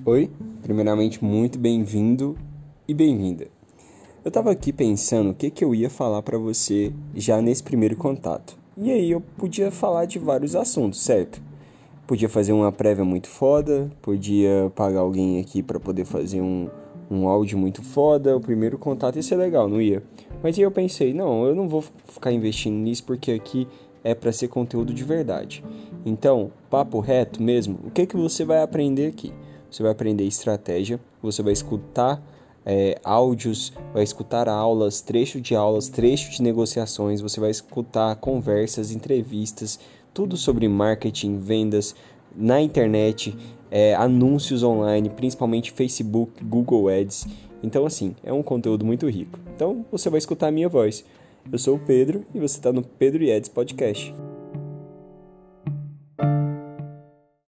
Oi, primeiramente muito bem-vindo e bem-vinda. Eu tava aqui pensando o que eu ia falar pra você já nesse primeiro contato. E aí eu podia falar de vários assuntos, certo? Podia fazer uma prévia muito foda, podia pagar alguém aqui pra poder fazer um áudio muito foda, o primeiro contato ia ser legal, não ia? Mas aí eu pensei, não, eu não vou ficar investindo nisso porque aqui é pra ser conteúdo de verdade. Então, papo reto mesmo, o que você vai aprender aqui? Você vai aprender estratégia, você vai escutar áudios, vai escutar aulas, trechos de negociações, você vai escutar conversas, entrevistas, tudo sobre marketing, vendas na internet, anúncios online, principalmente Facebook, Google Ads. Então, assim, é um conteúdo muito rico. Então, você vai escutar a minha voz. Eu sou o Pedro e você está no Pedro e Eds Podcast.